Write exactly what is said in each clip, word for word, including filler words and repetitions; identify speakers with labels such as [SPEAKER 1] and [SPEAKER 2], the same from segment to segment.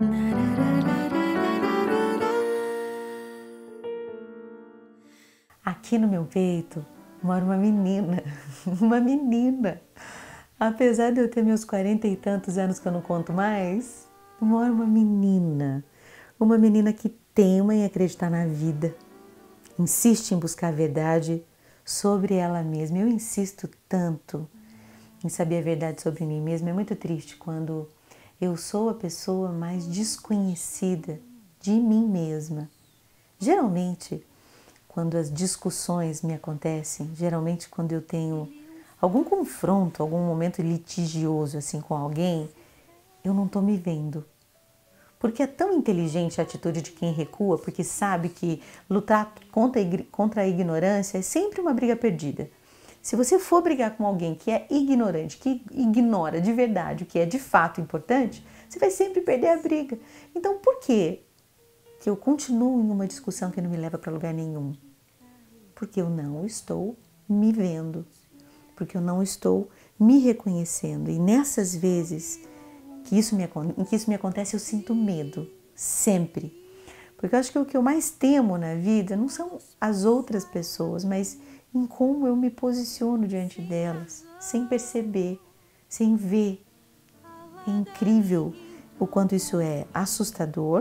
[SPEAKER 1] Aqui no meu peito mora uma menina, uma menina. Apesar de eu ter meus quarenta e tantos anos que eu não conto mais, mora uma menina. Uma menina que teima em acreditar na vida, insiste em buscar a verdade sobre ela mesma. Eu insisto tanto em saber a verdade sobre mim mesma. É muito triste quando eu sou a pessoa mais desconhecida de mim mesma. Geralmente, quando as discussões me acontecem, geralmente quando eu tenho algum confronto, algum momento litigioso assim com alguém, eu não estou me vendo. Porque é tão inteligente a atitude de quem recua, porque sabe que lutar contra, contra a ignorância é sempre uma briga perdida. Se você for brigar com alguém que é ignorante, que ignora de verdade o que é de fato importante, você vai sempre perder a briga. Então, por que que eu continuo em uma discussão que não me leva para lugar nenhum? Porque eu não estou me vendo, porque eu não estou me reconhecendo. E nessas vezes que isso me, em que isso me acontece, eu sinto medo, sempre. Porque eu acho que o que eu mais temo na vida não são as outras pessoas, mas em como eu me posiciono diante delas, sem perceber, sem ver. É incrível o quanto isso é assustador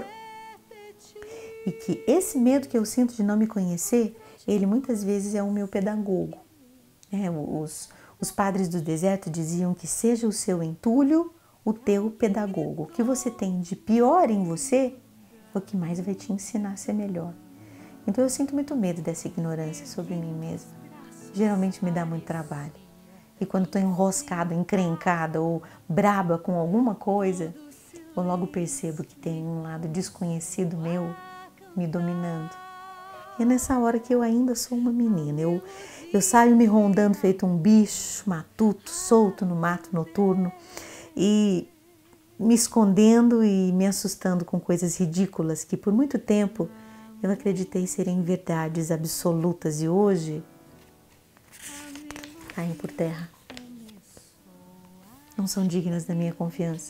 [SPEAKER 1] e que esse medo que eu sinto de não me conhecer, ele muitas vezes é o meu pedagogo. É, os, os padres do deserto diziam que seja o seu entulho o teu pedagogo. O que você tem de pior em você é o que mais vai te ensinar a ser melhor. Então eu sinto muito medo dessa ignorância sobre mim mesma. Geralmente me dá muito trabalho. E quando estou enroscada, encrencada ou braba com alguma coisa, eu logo percebo que tem um lado desconhecido meu me dominando. E é nessa hora que eu ainda sou uma menina. Eu, eu saio me rondando feito um bicho matuto, solto no mato noturno e me escondendo e me assustando com coisas ridículas que por muito tempo eu acreditei serem verdades absolutas e hoje caem por terra. Não são dignas da minha confiança.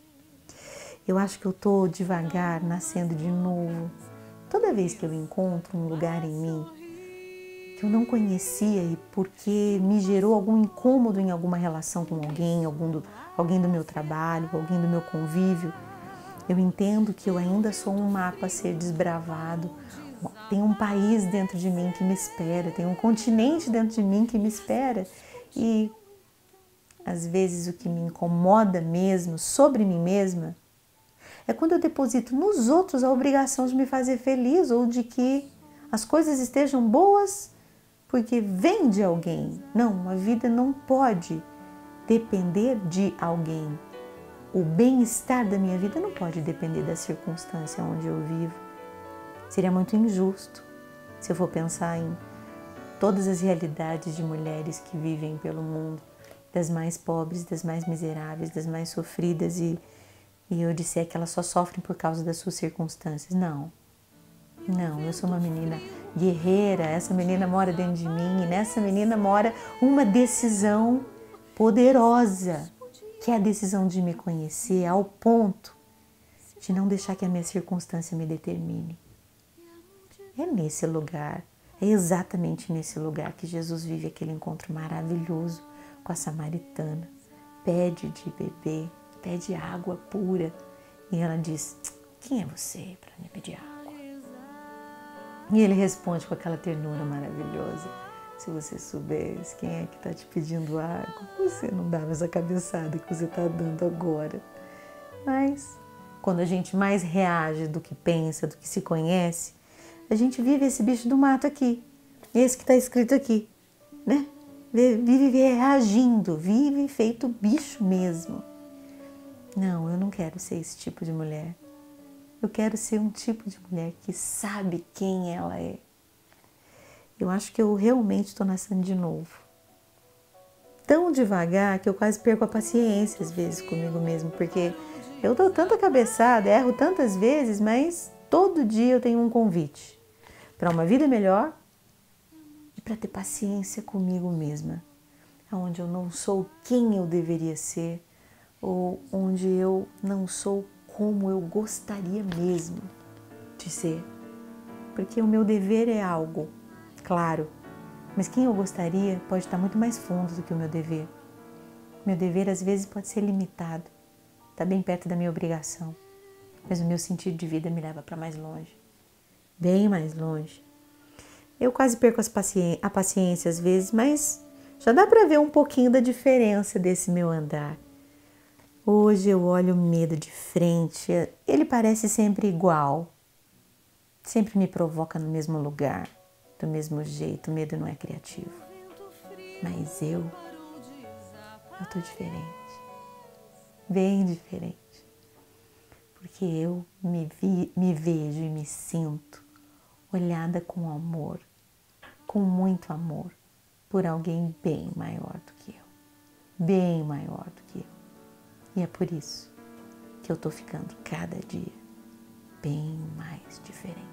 [SPEAKER 1] Eu acho que eu estou devagar nascendo de novo. Toda vez que eu encontro um lugar em mim que eu não conhecia e porque me gerou algum incômodo em alguma relação com alguém, algum do, alguém do meu trabalho, alguém do meu convívio, eu entendo que eu ainda sou um mapa a ser desbravado. Tem um país dentro de mim que me espera, tem um continente dentro de mim que me espera. E às vezes o que me incomoda mesmo sobre mim mesma é quando eu deposito nos outros a obrigação de me fazer feliz ou de que as coisas estejam boas porque vem de alguém. Não, a vida não pode depender de alguém. O bem-estar da minha vida não pode depender da circunstância onde eu vivo. Seria muito injusto se eu for pensar em todas as realidades de mulheres que vivem pelo mundo, das mais pobres, das mais miseráveis, das mais sofridas e, e eu disser que elas só sofrem por causa das suas circunstâncias. Não, não, eu sou uma menina guerreira, essa menina mora dentro de mim e nessa menina mora uma decisão poderosa, que é a decisão de me conhecer ao ponto de não deixar que a minha circunstância me determine. É nesse lugar, é exatamente nesse lugar que Jesus vive aquele encontro maravilhoso com a samaritana. Pede de beber, pede água pura e ela diz: quem é você para me pedir água? E ele responde com aquela ternura maravilhosa: se você soubesse quem é que está te pedindo água, você não dava essa cabeçada que você está dando agora. Mas quando a gente mais reage do que pensa, do que se conhece, a gente vive esse bicho do mato aqui, esse que está escrito aqui, né? Vive reagindo, vive feito bicho mesmo. Não, eu não quero ser esse tipo de mulher. Eu quero ser um tipo de mulher que sabe quem ela é. Eu acho que eu realmente estou nascendo de novo. Tão devagar que eu quase perco a paciência às vezes comigo mesmo, porque eu dou tanta cabeçada, erro tantas vezes, mas todo dia eu tenho um convite para uma vida melhor e para ter paciência comigo mesma, onde eu não sou quem eu deveria ser ou onde eu não sou como eu gostaria mesmo de ser. Porque o meu dever é algo, claro, mas quem eu gostaria pode estar muito mais fundo do que o meu dever. Meu dever às vezes pode ser limitado, está bem perto da minha obrigação, mas o meu sentido de vida me leva para mais longe, bem mais longe. Eu quase perco as paci- a paciência às vezes, mas já dá para ver um pouquinho da diferença desse meu andar. Hoje eu olho o medo de frente, ele parece sempre igual, sempre me provoca no mesmo lugar, do mesmo jeito. O medo não é criativo, mas eu, eu tô diferente, bem diferente, porque eu me, vi, me vejo e me sinto olhada com amor, com muito amor, por alguém bem maior do que eu, bem maior do que eu. E é por isso que eu tô ficando cada dia bem mais diferente.